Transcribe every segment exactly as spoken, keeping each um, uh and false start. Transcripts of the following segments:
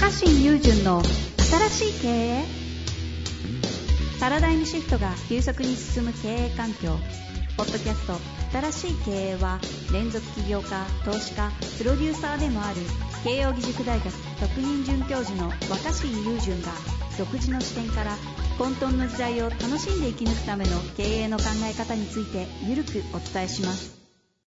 若新雄純の新しい経営。パラダイムシフトが急速に進む経営環境。ポッドキャスト新しい経営は、連続起業家、投資家、プロデューサーでもある慶應義塾大学特任准教授の若新雄純が、独自の視点から混沌の時代を楽しんで生き抜くための経営の考え方についてゆるくお伝えします。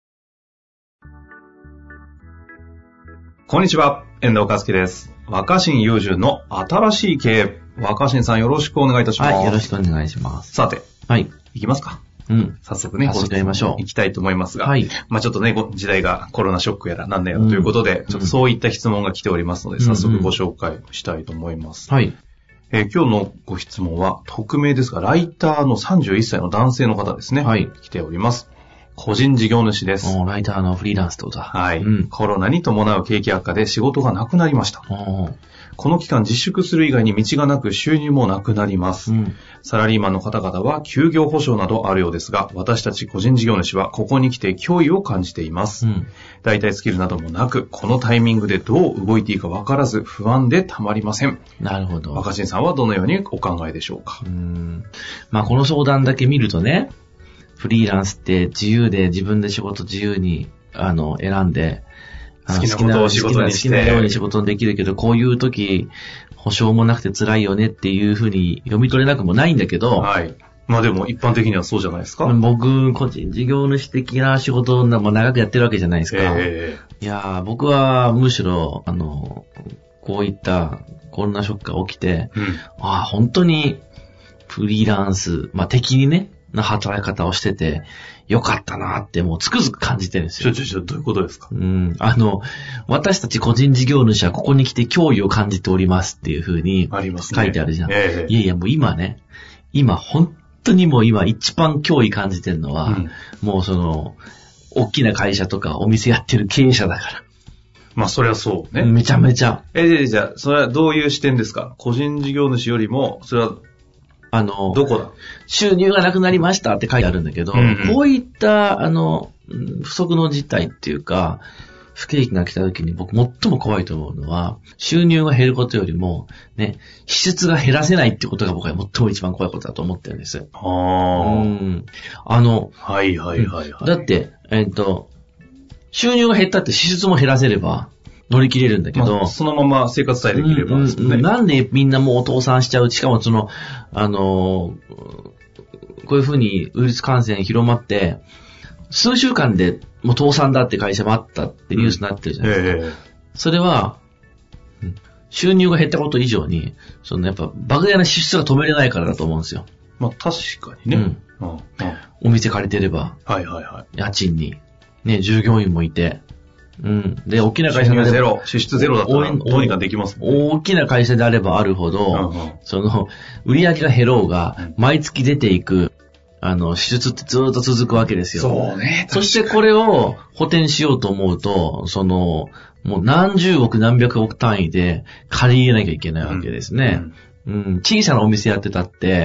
こんにちは、遠藤和樹です。若新雄純の新しい経営。若新さん、よろしくお願いいたします。 はい、よろしくお願いします。 さて、 はい。 いきますか。 うん。 早速ね、 始めましょう。 行きたいと思いますが、 はい。 まあちょっとね、時代がコロナショックやらなんだやらということで、うん、ちょっとそういった質問が来ておりますので、早速ご紹介したいと思います。 うんうん、はい。 えー、今日のご質問は、匿名ですが、ライターのさんじゅういっさいの男性の方ですね。 はい。 来ております。個人事業主です。 おライターのフリーランスってことだ。 はい、うん。コロナに伴う景気悪化で仕事がなくなりました。 おこの期間自粛する以外に道がなく収入もなくなります、 うん。 サラリーマンの方々は休業保障などあるようですが、私たち個人事業主はここに来て脅威を感じています。 うん、 代替スキルなどもなく、このタイミングでどう動いていいか分からず不安でたまりません。 なるほど。 若新さんはどのようにお考えでしょうか。 うーんまあこの相談だけ見るとね、フリーランスって自由で自分で仕事自由にあの選んで、 好きなことを仕事にして。 好きなように仕事にできるけど、こういう時、保証もなくて辛いよねっていうふうに読み取れなくもないんだけど。 はい。まあでも一般的にはそうじゃないですか。 僕、個人事業主的な仕事を長くやってるわけじゃないですか。 えー、いや僕はむしろ、あの、こういったコロナショックが起きて、 うん、 ああ、本当にフリーランス、まあ敵にね、な働き方をしてて、よかったなってもうつくづく感じてるんですよ。 ちょちょちょ、どういうことですか？ うん。あの、私たち個人事業主はここに来て脅威を感じておりますっていう風に書いてあるじゃん。 えー、 いやいや、もう今ね、今本当にもう今一番脅威感じてるのは、うん、もうその、大きな会社とかお店やってる経営者だから。 まあそれはそうね。 めちゃめちゃ。 え、じゃあ、それはどういう視点ですか？個人事業主よりも、それは、 あの、 どこだ？ 収入がなくなりましたって書いてあるんだけど、うんうん、こういった、あの、不足の事態っていうか、不景気が来た時に僕最も怖いと思うのは、収入が減ることよりも、ね、支出が減らせないってことが僕は最も一番怖いことだと思ってるんです。 ああ。 うん。あの、 はいはいはいはい。 だって、えっと、収入が減ったって支出も減らせれば、乗り切れるんだけど、 まあ、そのまま生活さえできれば、ね、 うんうん、なんでみんなもう倒産しちゃう、しかもその、あの、こういうふうにウイルス感染広まって、数週間でもう倒産だって会社もあったってニュースになってるじゃないですか。 うんえー、 それは、収入が減ったこと以上に、そのやっぱ莫大な支出が止めれないからだと思うんですよ。 まあ確かにね。 うんうん、お店借りてれば、 はいはいはい。 家賃に、ね、従業員もいて、うん。で、大きな会社でゼロ、支出ゼロだったらどうにかできますもんね。 大きな会社であればあるほど、うんうん、その、売り上げが減ろうが、毎月出ていく、あの、支出ってずっと続くわけですよ。 そうね。 そしてこれを補填しようと思うと、その、もう何十億何百億単位で借り入れなきゃいけないわけですね。うん。うん、小さなお店やってたって、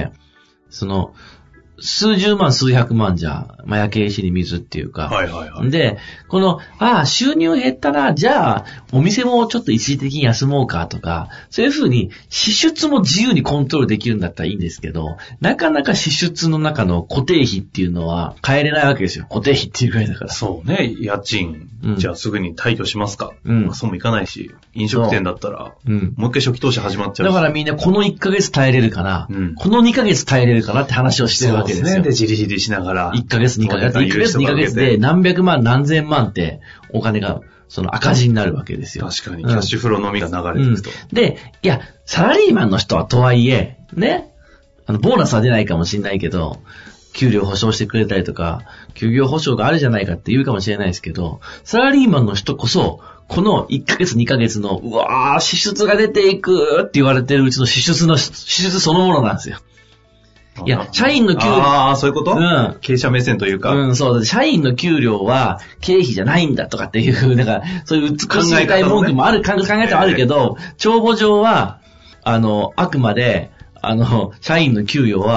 その、数十万数百万じゃ、まあ、焼け石に水っていうか。 はいはいはい。 で、この、ああ、収入減ったら、じゃあ、お店もちょっと一時的に休もうかとか、そういうふうに支出も自由にコントロールできるんだったらいいんですけど、なかなか支出の中の固定費っていうのは変えれないわけですよ。固定費っていうぐらいだから。 そうね。家賃、うん、じゃあすぐに退去しますか。 うん。 まあ、そうもいかないし、飲食店だったら、 うん。 もう一回初期投資始まっちゃうし。 だからみんなこのいっかげつ耐えれるかな、 うん、 このにかげつ耐えれるかなって話をしてるわけですよ。 そうですね。で、じりじりしながら。 いっかげつ、にかげつ、いっかげつ、にかげつで何百万、何千万ってお金が、その赤字になるわけですよ。 確かに、キャッシュフローのみが流れていくと、 うん。で、いや、サラリーマンの人はとはいえ、ね、あの、ボーナスは出ないかもしれないけど、給料保証してくれたりとか、休業保証があるじゃないかって言うかもしれないですけど、サラリーマンの人こそ、このいっかげつ、にかげつの、うわー、支出が出ていくって言われてるうちの支出の、支出そのものなんですよ。いや、社員の給料。 ああ、そういうこと？ うん。 経営者目線というか。 うん、そう。社員の給料は経費じゃないんだとかっていう、なんか、そういう美しい大文句もある、考え方はあるけど、帳簿上は、あの、あくまで、あの、社員の給与は、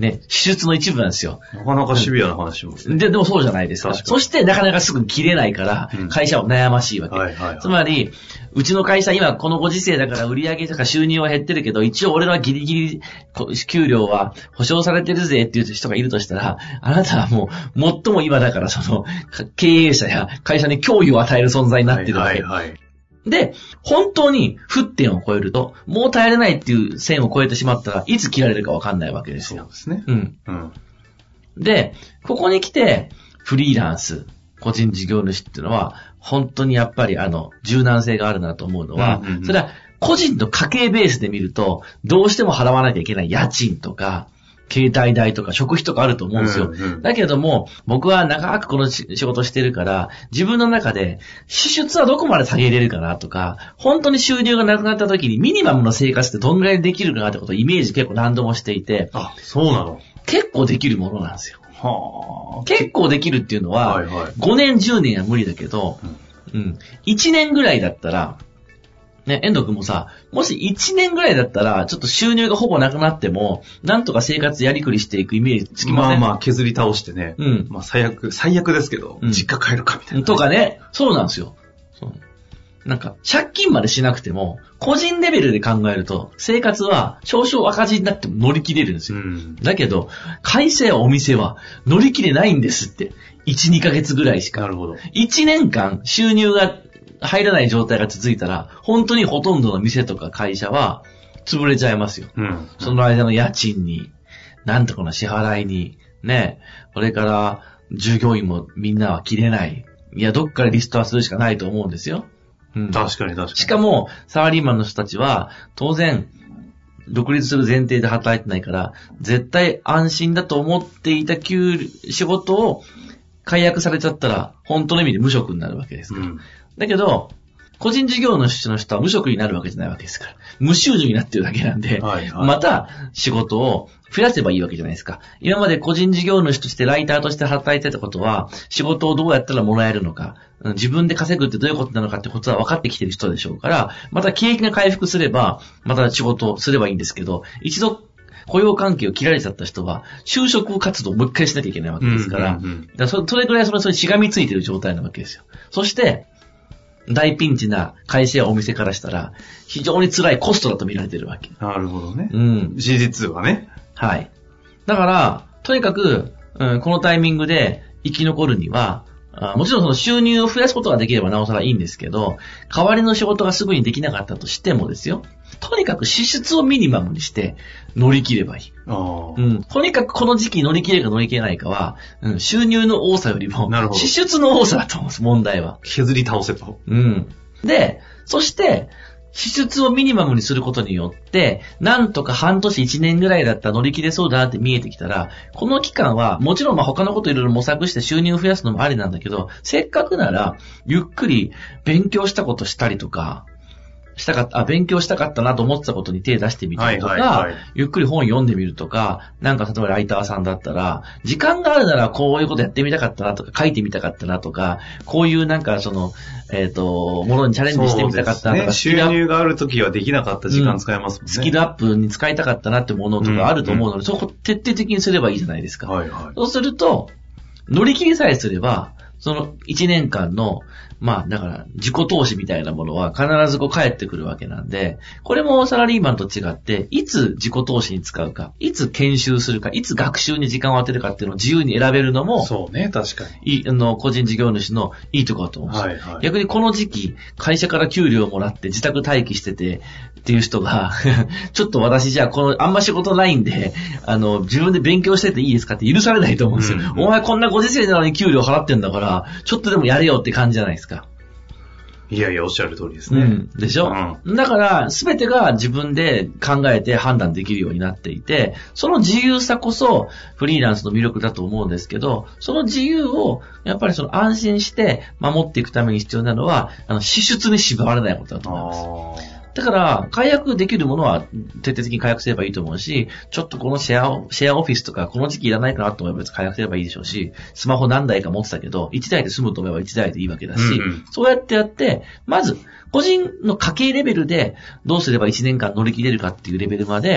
ね、支出の一部なんですよ。 なかなかシビアな話もですね。 で、でもそうじゃないですか。そしてなかなかすぐ切れないから、会社は悩ましいわけ。 うんはいはいはい、 つまり、うちの会社今このご時世だから売上とか収入は減ってるけど、一応俺らはギリギリ給料は保証されてるぜっていう人がいるとしたら、あなたはもう最も今だからその経営者や会社に脅威を与える存在になってるわけ。はいはいはい、で、本当に沸点を超えると、もう耐えれないっていう線を超えてしまったらいつ切られるかわかんないわけですよ。 そうですね。 うん。うん。で、ここに来てフリーランス、個人事業主っていうのは、本当にやっぱりあの、柔軟性があるなと思うのは、うんうんうん、それは個人の家計ベースで見ると、どうしても払わなきゃいけない家賃とか、携帯代とか食費とかあると思うんですよ。うんうん、だけども、僕は長くこの仕事してるから、自分の中で支出はどこまで下げれるかなとか、本当に収入がなくなった時にミニマムの生活ってどんぐらいできるかなってことをイメージ結構何度もしていて。 あ、そうなの？ 結構できるものなんですよ。はあ、結構できるっていうのは、 はいはい、 ごねんじゅうねんは無理だけど、うん、うん、いちねんぐらいだったら、ね、遠藤くんもさ、もしいちねんぐらいだったら、ちょっと収入がほぼなくなっても、なんとか生活やりくりしていくイメージつきません？ まあまあ削り倒してね。うん。まあ最悪、最悪ですけど、うん、実家帰るかみたいな。 とかね、そうなんですよ。そうなんか、借金までしなくても、個人レベルで考えると、生活は少々赤字になっても乗り切れるんですよ。うん、だけど、会社やお店は乗り切れないんですって。いち、にかげつぐらいしか。 なるほど。 いちねんかん収入が入らない状態が続いたら、本当にほとんどの店とか会社は潰れちゃいますよ。うん、その間の家賃に、なんとかの支払いに、ね、これから従業員もみんなは切れない。いや、どっからリストアするしかないと思うんですよ。 うん、確かに確かに。 しかも、サラリーマンの人たちは、当然、独立する前提で働いてないから、絶対安心だと思っていた給仕事を解約されちゃったら、本当の意味で無職になるわけですから。うん、だけど、個人事業主の人は無職になるわけじゃないわけですから。無収入になってるだけなんで、はいはい、また仕事を増やせばいいわけじゃないですか。今まで個人事業主としてライターとして働いてたことは、仕事をどうやったらもらえるのか、自分で稼ぐってどういうことなのかってことは分かってきてる人でしょうから、また景気が回復すれば、また仕事をすればいいんですけど、一度雇用関係を切られちゃった人は、就職活動をもう一回しなきゃいけないわけですから、うんうんうん、だからそれくらいそれそれしがみついてる状態なわけですよ。そして、大ピンチな会社やお店からしたら、非常に辛いコストだと見られてるわけ。 なるほどね。 うん。 事実はね。 はい。だから、とにかく、うん、このタイミングで生き残るには、あもちろんその収入を増やすことができればなおさらいいんですけど、代わりの仕事がすぐにできなかったとしてもですよ。とにかく支出をミニマムにして乗り切ればいい。あうん、とにかくこの時期乗り切れるか乗り切れないかは、うん、収入の多さよりも支出の多さだと思うんです、問題は。 削り倒せと。 うん。で、そして、支出をミニマムにすることによって、なんとか半年一年ぐらいだったら乗り切れそうだなって見えてきたら、この期間は、もちろんまあ他のこといろいろ模索して収入を増やすのもありなんだけど、せっかくなら、ゆっくり勉強したことしたりとか、したかった、あ、勉強したかったなと思ってたことに手出してみたりとか、はいはいはい、ゆっくり本読んでみるとか、なんか例えばライターさんだったら、時間があるならこういうことやってみたかったなとか、書いてみたかったなとか、こういうなんかその、えっと、ものにチャレンジしてみたかったなとか、 ね、収入があるときはできなかった時間使えますもんね、うん。 スキルアップに使いたかったなってものとかあると思うので、うんうん、そこ徹底的にすればいいじゃないですか。はいはい、そうすると、乗り切りさえすれば、そのいちねんかんの、まあだから自己投資みたいなものは必ずこう返ってくるわけなんで、これもサラリーマンと違って、いつ自己投資に使うか、いつ研修するか、いつ学習に時間を当てるかっていうのを自由に選べるのも、 そうね、確かに。いい、あの、個人事業主のいいところだと思うんです、はいはい。逆にこの時期、会社から給料をもらって自宅待機しててっていう人が、ちょっと私じゃあこの、あんま仕事ないんで、あの、自分で勉強してていいですかって許されないと思うんですよ。うんうん、お前こんなご時世なのに給料払ってんだから、ちょっとでもやれよって感じじゃないですか。 いやいや、おっしゃる通りですね。 うん。でしょ、うん、だから、すべてが自分で考えて判断できるようになっていて、その自由さこそフリーランスの魅力だと思うんですけど、その自由を、やっぱりその安心して守っていくために必要なのは、あの、支出に縛られないことだと思います。だから、解約できるものは徹底的に解約すればいいと思うし、ちょっとこのシェア、シェアオフィスとかこの時期いらないかなと思えば別に解約すればいいでしょうし、スマホ何台か持ってたけど、いちだいで済むと思えばいちだいでいいわけだし、うんうん、そうやってやって、まず、個人の家計レベルでどうすればいちねんかん乗り切れるかっていうレベルまで、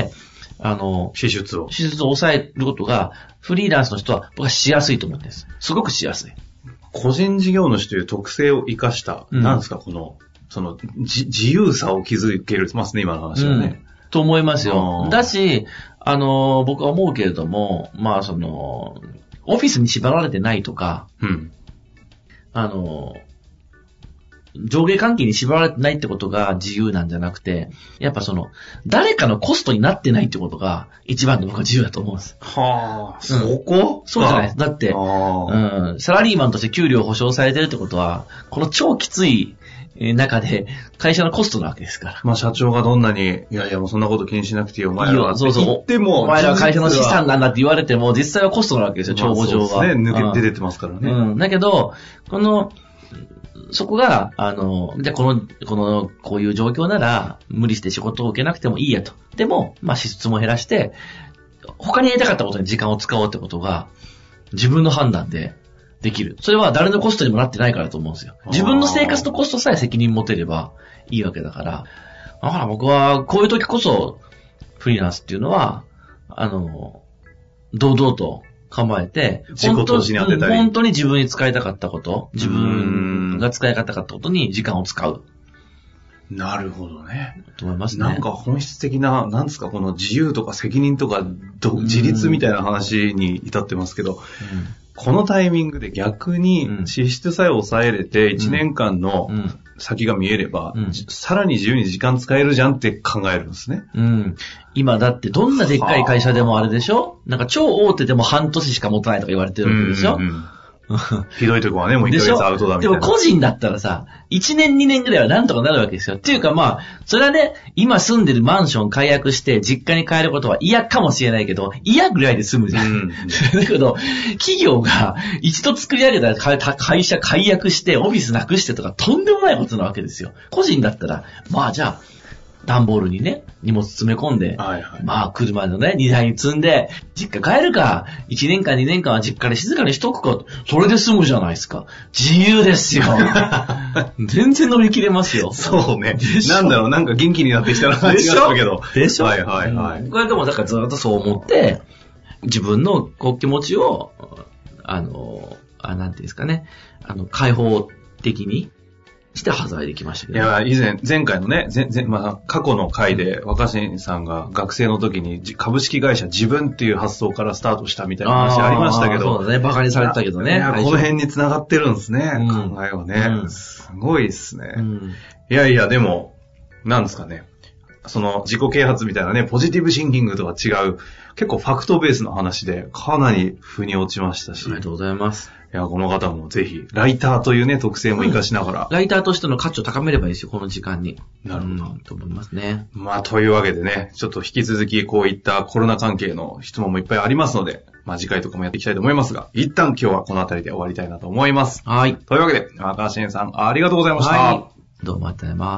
あの、 支出を。 支出を抑えることが、フリーランスの人は僕はしやすいと思うんです。すごくしやすい。 個人事業主という特性を生かした、 うん、 なんですか、この、その、じ、自由さを築けるますね、今の話はね。 うん、と思いますよ。だし、あの、僕は思うけれども、まあ、その、オフィスに縛られてないとか、 うん、 あの、上下関係に縛られてないってことが自由なんじゃなくて、やっぱその、誰かのコストになってないってことが一番の僕は自由だと思うんです。 はあ、そうこ、 ん、そうじゃないです。だって、うん、サラリーマンとして給料保証されてるってことは、この超きつい中で会社のコストなわけですから。 まあ社長がどんなに、いやいやもうそんなこと気にしなくていいよ、お前らはって言っても、 お前らは会社の資産なんだって言われても、実際はコストなわけですよ、帳簿上は。 そうですね、抜けて出てますからね。 うん。だけど、この、そこが、あの、じゃあこの、この、こういう状況なら、無理して仕事を受けなくてもいいやと。でも、まあ支出も減らして、他にやりたかったことに時間を使おうってことが、自分の判断でできる。それは誰のコストにもなってないからだと思うんですよ。自分の生活とコストさえ責任持てればいいわけだから。だから僕は、こういう時こそ、フリーランスっていうのは、あの、堂々と、構えて、 自己投資に当てたり。 本当に自分に使いたかったこと、自分が使いたかったことに時間を使う。 なるほどね。 と思いますね。 なんか本質的な、なんですか、この自由とか責任とか、自立みたいな話に至ってますけど、うん、このタイミングで逆に支出さえ抑えれていちねんかんの先が見えれば、うんうん、さらに自由に時間使えるじゃんって考えるんですね。 うん。今だってどんなでっかい会社でもあれでしょ？なんか超大手でも半年しか持たないとか言われてるわけでしょ？うんうんうんひどいとこはね、もういっかげつアウトだみたいな。 でも個人だったらさ、いちねんにねんぐらいはなんとかなるわけですよ。っていうかまあ、それはね、今住んでるマンション解約して実家に帰ることは嫌かもしれないけど、嫌ぐらいで済むじゃん。うん、だけど、企業が一度作り上げた会社解約してオフィスなくしてとかとんでもないことなわけですよ。個人だったら、まあじゃあ、段ボールにね、荷物詰め込んで、はいはい、まあ車のね、荷台に積んで、実家帰るか、いちねんかんにねんかんは実家で静かにしとくか、それで済むじゃないですか。自由ですよ。全然乗り切れますよ。 そうね。なんだろう、なんか元気になってきたな感じがしたけど。 でしょはいはいはい。 これでもだからずっとそう思って、自分のこう気持ちを、あの、あ、なんていうんですかね、あの、開放的に、して働いてきましたけど、ね。 いや、以前、前回のね、前、前、まあ、過去の回で若新さんが学生の時に株式会社自分っていう発想からスタートしたみたいな話ありましたけど。 そうだね、バカにされてたけどね。 いや、この辺に繋がってるんですね、うん、考えはね、 うん。 すごいですね、 うん。 いやいや、でも、なんですかね。その自己啓発みたいなね、ポジティブシンキングとは違う、結構ファクトベースの話で、かなり腑に落ちましたし。 ありがとうございます。 いや、この方もぜひ、ライターというね、特性も活かしながら、 うん。ライターとしての価値を高めればいいですよ、この時間に。 なるほど。 うん、と思いますね。 まあ、というわけでね、ちょっと引き続きこういったコロナ関係の質問もいっぱいありますので、まあ次回とかもやっていきたいと思いますが、一旦今日はこの辺りで終わりたいなと思います。 はい。 というわけで、若新さん、ありがとうございました。 はい。どうもありがとうございます。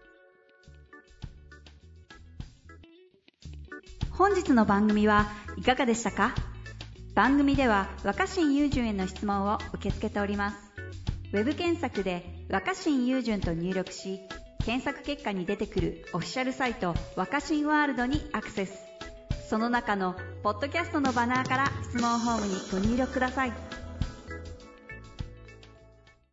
本日の番組はいかがでしたか？番組では若新雄純への質問を受け付けております。ウェブ検索で若新雄純と入力し、検索結果に出てくるオフィシャルサイト若新ワールドにアクセス。その中のポッドキャストのバナーから質問フォームにご入力ください。